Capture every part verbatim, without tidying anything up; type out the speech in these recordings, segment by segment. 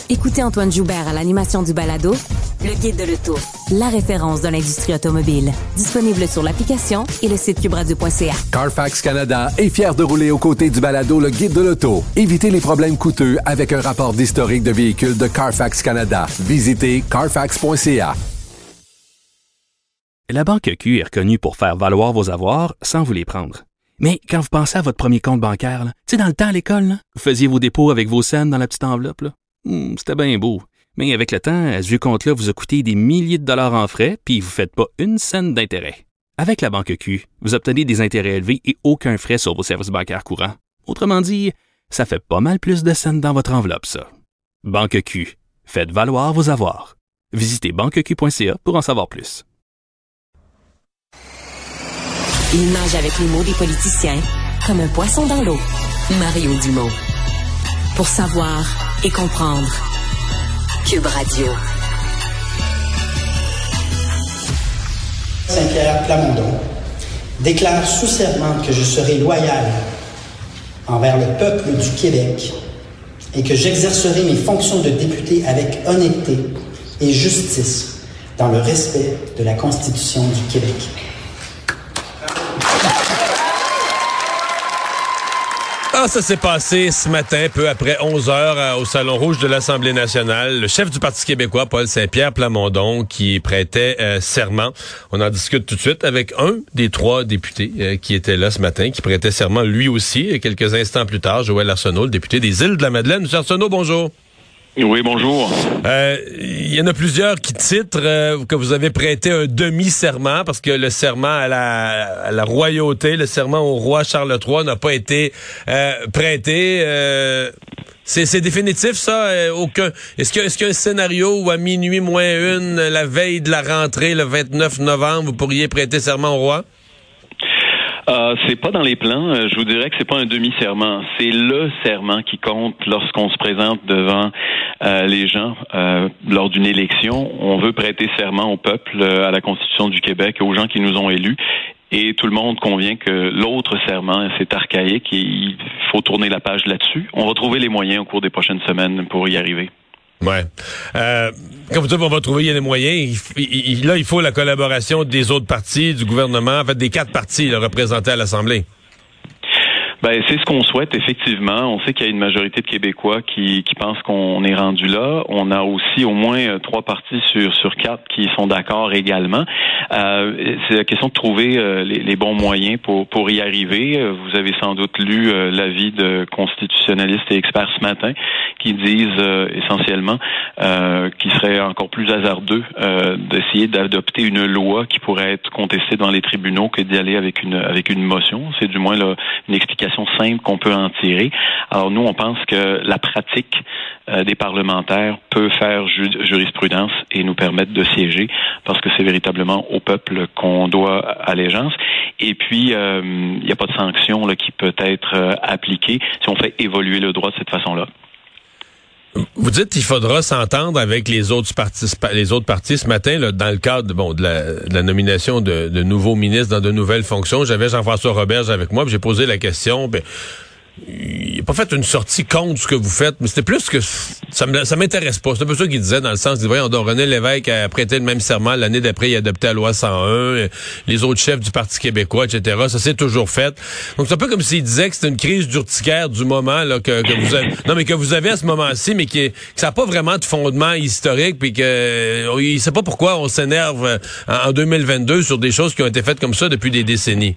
Écoutez Antoine Joubert à l'animation du balado Le Guide de l'auto, la référence de l'industrie automobile. Disponible sur l'application et le site cube radio point c a. Carfax Canada est fier de rouler aux côtés du balado Le Guide de l'auto. Évitez les problèmes coûteux avec un rapport d'historique de véhicules de Carfax Canada. Visitez carfax point c a. La Banque Q est reconnue pour faire valoir vos avoirs sans vous les prendre. Mais quand vous pensez à votre premier compte bancaire, tu sais, dans le temps à l'école, là, vous faisiez vos dépôts avec vos scènes dans la petite enveloppe. Là. Hmm, c'était bien beau. Mais avec le temps, ce vieux compte-là vous a coûté des milliers de dollars en frais, puis vous ne faites pas une scène d'intérêt. Avec la Banque Q, vous obtenez des intérêts élevés et aucun frais sur vos services bancaires courants. Autrement dit, ça fait pas mal plus de scènes dans votre enveloppe, ça. Banque Q. Faites valoir vos avoirs. Visitez banque q point c a pour en savoir plus. Il nage avec les mots des politiciens comme un poisson dans l'eau. Mario Dumont. Pour savoir et comprendre. Cube Radio. Saint-Pierre Plamondon déclare sous serment que je serai loyal envers le peuple du Québec et que j'exercerai mes fonctions de député avec honnêteté et justice dans le respect de la Constitution du Québec. Ah, ça s'est passé ce matin, peu après onze heures, au Salon Rouge de l'Assemblée nationale. Le chef du Parti québécois, Paul Saint-Pierre Plamondon, qui prêtait euh, serment. On en discute tout de suite avec un des trois députés euh, qui étaient là ce matin, qui prêtait serment lui aussi. Et quelques instants plus tard, Joël Arsenault, le député des Îles-de-la-Madeleine. Monsieur Arsenault, bonjour. Oui, bonjour. Euh, il y en a plusieurs qui titrent euh, que vous avez prêté un demi-serment parce que le serment à la, à la royauté, le serment au roi Charles trois n'a pas été euh, prêté. Euh, c'est, c'est définitif, ça? Euh, aucun. Est-ce qu'il y a, est-ce qu'il y a un scénario où à minuit moins une, la veille de la rentrée, le vingt-neuf novembre, vous pourriez prêter serment au roi? Euh, c'est pas dans les plans. Euh, je vous dirais que c'est pas un demi-serment. C'est le serment qui compte lorsqu'on se présente devant euh, les gens euh, lors d'une élection. On veut prêter serment au peuple, euh, à la Constitution du Québec, aux gens qui nous ont élus. Et tout le monde convient que l'autre serment, c'est archaïque et il faut tourner la page là-dessus. On va trouver les moyens au cours des prochaines semaines pour y arriver. Ouais. Euh, quand vous dites qu'on va trouver il y a des moyens, il, il, là, il faut la collaboration des autres partis, du gouvernement, en fait, des quatre partis là, représentés à l'Assemblée. Ben, c'est ce qu'on souhaite, effectivement. On sait qu'il y a une majorité de Québécois qui, qui pensent qu'on est rendu là. On a aussi au moins euh, trois partis sur, sur quatre qui sont d'accord également. Euh, c'est la question de trouver euh, les, les bons moyens pour, pour y arriver. Vous avez sans doute lu euh, l'avis de constitutionnalistes et experts ce matin qui disent euh, essentiellement euh, qu'il serait encore plus hasardeux euh, d'essayer d'adopter une loi qui pourrait être contestée dans les tribunaux que d'y aller avec une, avec une motion. C'est du moins là, une explication simple qu'on peut en tirer. Alors nous, on pense que la pratique euh, des parlementaires peut faire ju- jurisprudence et nous permettre de siéger parce que c'est véritablement au peuple qu'on doit allégeance. Et puis, il euh, n'y a pas de sanction là, qui peut être euh, appliquée si on fait évoluer le droit de cette façon-là. Vous dites qu'il faudra s'entendre avec les autres partis, les autres partis ce matin là, dans le cadre bon, de, la, de la nomination de, de nouveaux ministres dans de nouvelles fonctions. J'avais Jean-François Roberge avec moi, puis j'ai posé la question. Ben, il n'a pas fait une sortie contre ce que vous faites, mais c'était plus que ça me, ça m'intéresse pas. C'est un peu ça qu'il disait dans le sens, il dit, voyons, René Lévesque a prêté le même serment l'année d'après, il a adopté la loi cent un, les autres chefs du Parti québécois, et cetera. Ça s'est toujours fait. Donc c'est un peu comme s'il disait que c'était une crise d'urticaire du moment là que, que vous avez, non mais que vous avez à ce moment-ci, mais qui, que ça n'a pas vraiment de fondement historique, puis que il sait pas pourquoi on s'énerve en, en deux mille vingt-deux sur des choses qui ont été faites comme ça depuis des décennies.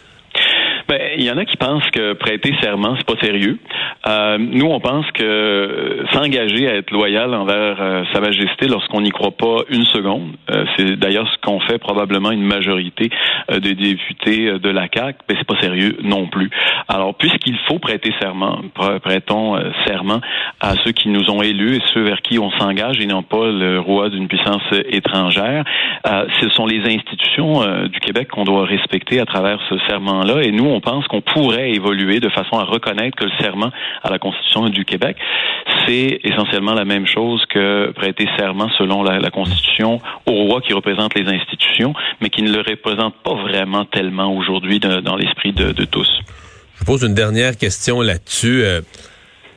Ben, il y en a qui pensent que prêter serment, c'est pas sérieux. Euh, nous, on pense que s'engager à être loyal envers euh, Sa Majesté lorsqu'on n'y croit pas une seconde, euh, c'est d'ailleurs ce qu'ont fait probablement une majorité euh, des députés euh, de la C A Q, ben c'est pas sérieux non plus. Alors, puisqu'il faut prêter serment, prêtons euh, serment à ceux qui nous ont élus et ceux vers qui on s'engage et non pas le roi d'une puissance étrangère. Euh, ce sont les institutions euh, du Québec qu'on doit respecter à travers ce serment-là et nous, on pense qu'on pourrait évoluer de façon à reconnaître que le serment à la Constitution du Québec, c'est essentiellement la même chose que prêter serment selon la, la Constitution au roi qui représente les institutions, mais qui ne le représente pas vraiment tellement aujourd'hui de, dans l'esprit de, de tous. Je vous pose une dernière question là-dessus. Euh,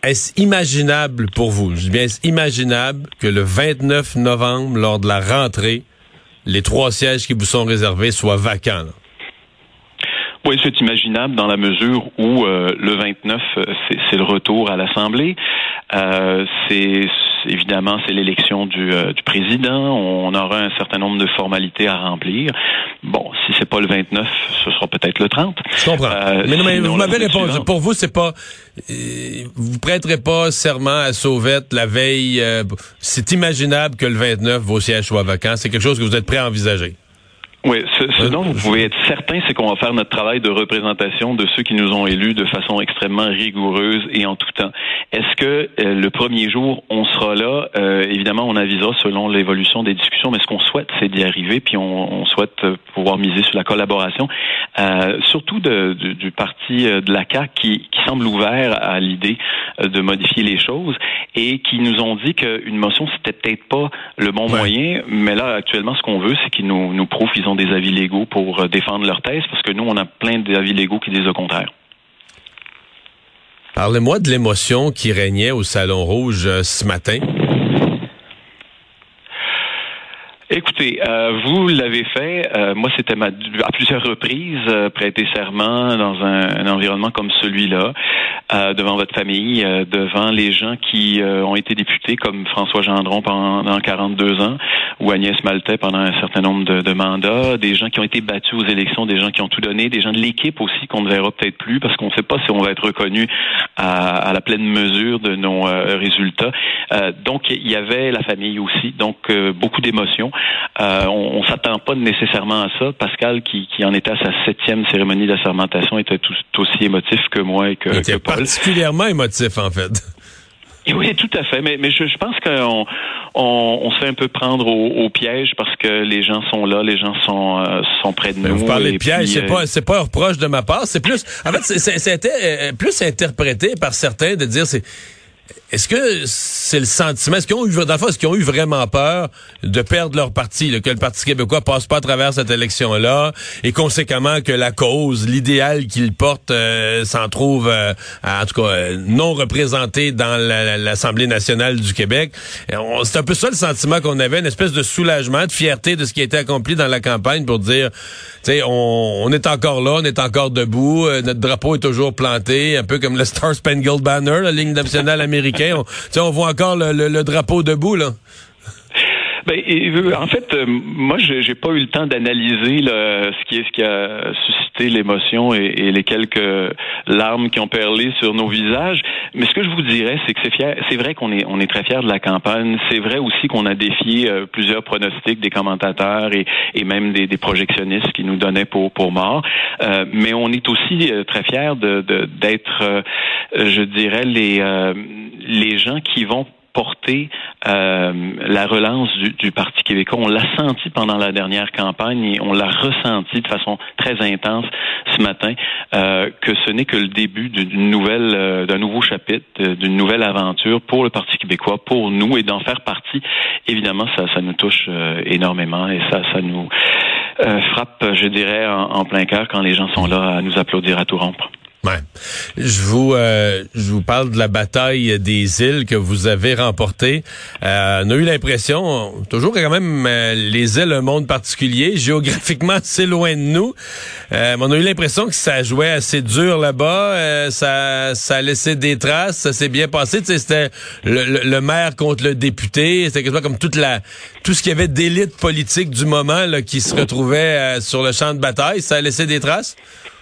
est-ce imaginable pour vous, je dis bien, est-ce imaginable que le vingt-neuf novembre, lors de la rentrée, les trois sièges qui vous sont réservés soient vacants, là? Oui, c'est imaginable dans la mesure où euh, le vingt-neuf, c'est, c'est le retour à l'Assemblée. Euh, c'est évidemment c'est l'élection du, euh, du président. On aura un certain nombre de formalités à remplir. Bon, si c'est pas le vingt-neuf, ce sera peut-être le trente. Je comprends. Euh, mais non, mais vous m'avez répondu. Suivante. Pour vous, c'est pas. Euh, vous prêterez pas serment à Sauvette la veille. Euh, c'est imaginable que le vingt-neuf, vos sièges soient vacants. C'est quelque chose que vous êtes prêt à envisager. Oui, ce, ce dont vous pouvez être certain, c'est qu'on va faire notre travail de représentation de ceux qui nous ont élus de façon extrêmement rigoureuse et en tout temps. Est-ce que euh, le premier jour, on sera là? Euh, évidemment, on avisera selon l'évolution des discussions, mais ce qu'on souhaite, c'est d'y arriver, puis on, on souhaite pouvoir miser sur la collaboration, euh, surtout de, de, du parti de la C A Q qui, qui semble ouvert à l'idée de modifier les choses et qui nous ont dit qu'une motion, c'était peut-être pas le bon ouais. moyen, mais là, actuellement, ce qu'on veut, c'est qu'ils nous, nous prouvent qu'ils ont des avis légaux pour défendre leur thèse, parce que nous, on a plein d'avis légaux qui disent le contraire. Parlez-moi de l'émotion qui régnait au Salon Rouge euh, ce matin. Écoutez, euh, vous l'avez fait. Euh, moi, c'était ma, à plusieurs reprises euh, prêter serment dans un, un environnement comme celui-là, euh, devant votre famille, euh, devant les gens qui euh, ont été députés, comme François Gendron pendant quarante-deux ans, ou Agnès Maltais pendant un certain nombre de, de mandats, des gens qui ont été battus aux élections, des gens qui ont tout donné, des gens de l'équipe aussi qu'on ne verra peut-être plus, parce qu'on ne sait pas si on va être reconnu à, à la pleine mesure de nos euh, résultats. Euh, donc, il y avait la famille aussi, donc euh, beaucoup d'émotions. Euh, on, on s'attend pas nécessairement à ça. Pascal, qui, qui en était à sa septième cérémonie d'assermentation, était tout, tout aussi émotif que moi et que, que Paul. Particulièrement émotif, en fait. Et oui, tout à fait. Mais, mais je, je pense qu'on on, on se fait un peu prendre au, au piège parce que les gens sont là, les gens sont, euh, sont près de mais nous. Vous parlez de piège, puis, c'est euh... pas c'est pas un reproche de ma part. C'est plus, en fait, c'était plus interprété par certains de dire c'est. Est-ce que c'est le sentiment, est-ce qu'ils ont eu, dans le fond, est-ce qu'ils ont eu vraiment peur de perdre leur parti, là, que le Parti québécois passe pas à travers cette élection-là, et conséquemment que la cause, l'idéal qu'ils portent, euh, s'en trouve, euh, en tout cas, euh, non représenté dans la, la, l'Assemblée nationale du Québec. On, c'est un peu ça le sentiment qu'on avait, une espèce de soulagement, de fierté de ce qui a été accompli dans la campagne pour dire, tu sais, on, on est encore là, on est encore debout, euh, notre drapeau est toujours planté, un peu comme le Star Spangled Banner, la ligne nationale américaine. On, on voit encore le, le, le drapeau debout, là. Ben, en fait, euh, moi, j'ai, j'ai pas eu le temps d'analyser là, ce qui est ce qui a suscité l'émotion et, et les quelques larmes qui ont perlé sur nos visages. Mais ce que je vous dirais, c'est que c'est fier. C'est vrai qu'on est on est très fiers de la campagne. C'est vrai aussi qu'on a défié euh, plusieurs pronostics des commentateurs et, et même des, des projectionnistes qui nous donnaient pour pour mort. Euh, mais on est aussi euh, très fiers de, de d'être, euh, je dirais, les euh, les gens qui vont porter euh, la relance du, du Parti québécois. On l'a senti pendant la dernière campagne et on l'a ressenti de façon très intense ce matin, euh, que ce n'est que le début d'une nouvelle, euh, d'un nouveau chapitre, d'une nouvelle aventure pour le Parti québécois, pour nous, et d'en faire partie. Évidemment, ça, ça nous touche euh, énormément et ça, ça nous euh, frappe, je dirais, en, en plein cœur quand les gens sont là à nous applaudir à tout rompre. Ouais. Je vous euh, je vous parle de la bataille des îles que vous avez remportée. Euh, on a eu l'impression, toujours quand même, euh, les îles, un monde particulier, géographiquement c'est loin de nous. Euh, mais on a eu l'impression que ça jouait assez dur là-bas. Euh, ça ça a laissé des traces, ça s'est bien passé. Tu sais, c'était le, le, le maire contre le député. C'était quasiment comme toute la tout ce qu'il y avait d'élite politique du moment là, qui se retrouvait euh, sur le champ de bataille. Ça a laissé des traces?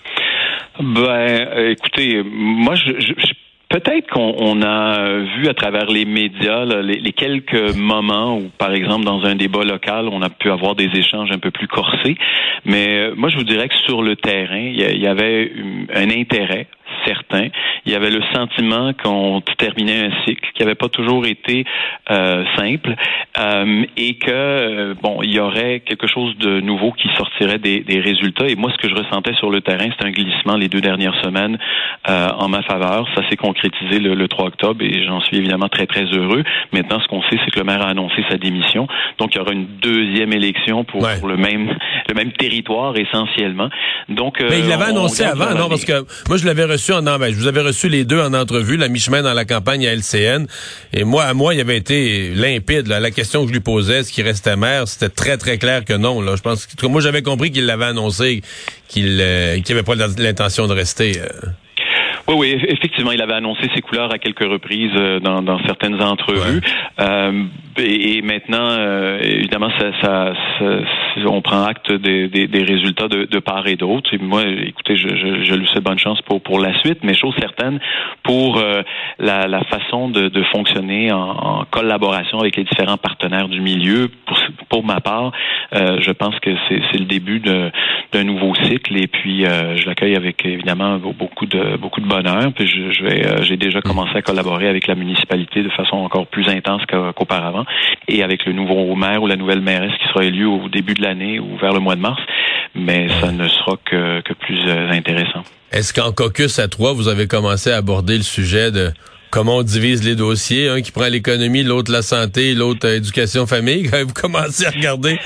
Ben, écoutez, moi, je, je, je peut-être qu'on on a vu à travers les médias là, les, les quelques moments où, par exemple, dans un débat local, on a pu avoir des échanges un peu plus corsés. Mais moi, je vous dirais que sur le terrain, il y, y avait un intérêt certain. Il y avait le sentiment qu'on terminait un cycle qui n'avait pas toujours été euh, simple euh, et que, euh, bon, il y aurait quelque chose de nouveau qui sortirait des, des résultats. Et moi, ce que je ressentais sur le terrain, c'est un glissement les deux dernières semaines euh, en ma faveur. Ça s'est concrétisé le, le trois octobre et j'en suis évidemment très, très heureux. Maintenant, ce qu'on sait, c'est que le maire a annoncé sa démission. Donc, il y aura une deuxième élection pour, ouais. pour le même le même territoire essentiellement. Donc, Mais euh, il l'avait annoncé avant, non? Parce que moi, je l'avais reçu reçu en ben, je vous avais reçu les deux en entrevue, la mi-chemin dans la campagne à L C N. Et moi, à moi, il avait été limpide. Là. La question que je lui posais, est-ce qu'il restait maire, c'était très, très clair que non. Là. Je pense que moi, j'avais compris qu'il l'avait annoncé, qu'il euh, qu'il avait pas l'intention de rester. Euh. Oui, oui, effectivement, il avait annoncé ses couleurs à quelques reprises euh, dans, dans certaines entrevues. Ouais. Euh, et, et maintenant, euh, évidemment, ça, ça, ça, on prend acte des, des, des résultats de, de part et d'autre. Et moi, écoutez, je, je, je lui souhaite bonne chance pour pour la suite, mais chose certaine, pour euh, la, la façon de, de fonctionner en, en collaboration avec les différents partenaires du milieu, pour, pour ma part, euh, je pense que c'est, c'est le début de, d'un nouveau cycle. Et puis, euh, je l'accueille avec évidemment beaucoup de beaucoup de bonheur. Puis je, je vais, euh, j'ai déjà commencé à collaborer avec la municipalité de façon encore plus intense qu'auparavant, et avec le nouveau maire ou la nouvelle mairesse qui sera élue au début de l'année ou vers le mois de mars. Mais ça ne sera que, que plus euh, intéressant. Est-ce qu'en caucus à trois, vous avez commencé à aborder le sujet de comment on divise les dossiers, un qui prend l'économie, l'autre la santé, l'autre euh, éducation famille? Vous commencez à regarder.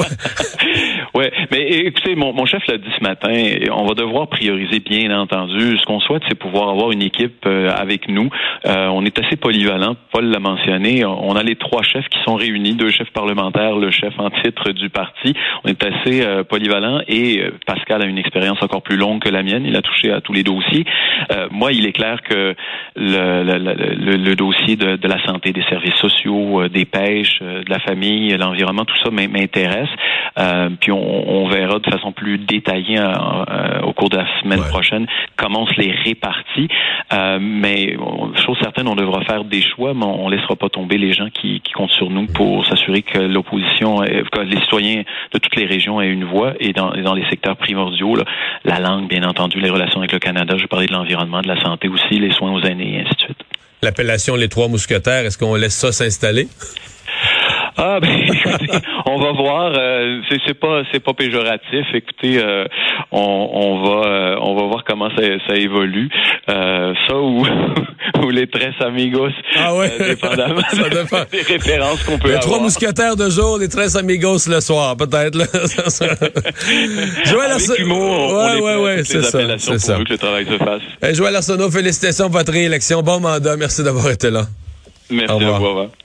Oui, mais écoutez, mon, mon chef l'a dit ce matin, on va devoir prioriser, bien entendu. Ce qu'on souhaite, c'est pouvoir avoir une équipe euh, avec nous. Euh, on est assez polyvalent, Paul l'a mentionné. On a les trois chefs qui sont réunis, deux chefs parlementaires, le chef en titre du parti. On est assez euh, polyvalent, et euh, Pascal a une expérience encore plus longue que la mienne. Il a touché à tous les dossiers. Euh, moi, il est clair que le, le, le, le dossier de, de la santé, des services sociaux, euh, des pêches, euh, de la famille, l'environnement, tout ça m'intéresse. Euh, puis on On verra de façon plus détaillée euh, euh, au cours de la semaine ouais. prochaine comment on se les répartit. Euh, mais chose certaine, on devra faire des choix, mais on ne laissera pas tomber les gens qui, qui comptent sur nous pour s'assurer que l'opposition, que les citoyens de toutes les régions aient une voix, et dans, dans les secteurs primordiaux, là, la langue, bien entendu, les relations avec le Canada, je vais parler de l'environnement, de la santé aussi, les soins aux aînés, et ainsi de suite. L'appellation Les Trois Mousquetaires, est-ce qu'on laisse ça s'installer? Ah ben écoutez, on va voir. Euh, c'est, c'est pas c'est pas péjoratif. Écoutez, euh, on, on va euh, on va voir comment ça, ça évolue. Euh, ça ou ou les Tres Amigos. Ah ouais. Euh, dépendamment ça dépend des références qu'on peut les avoir. Trois Mousquetaires de jour, les Tres Amigos le soir, peut-être. Là. Joël Arsenault. On, ouais on ouais ouais, c'est ça. C'est ça. Que le travail se fasse. Hey, Joël Arsenault, félicitations pour votre réélection. Bon mandat. Merci d'avoir été là. Merci. Au revoir. Au revoir.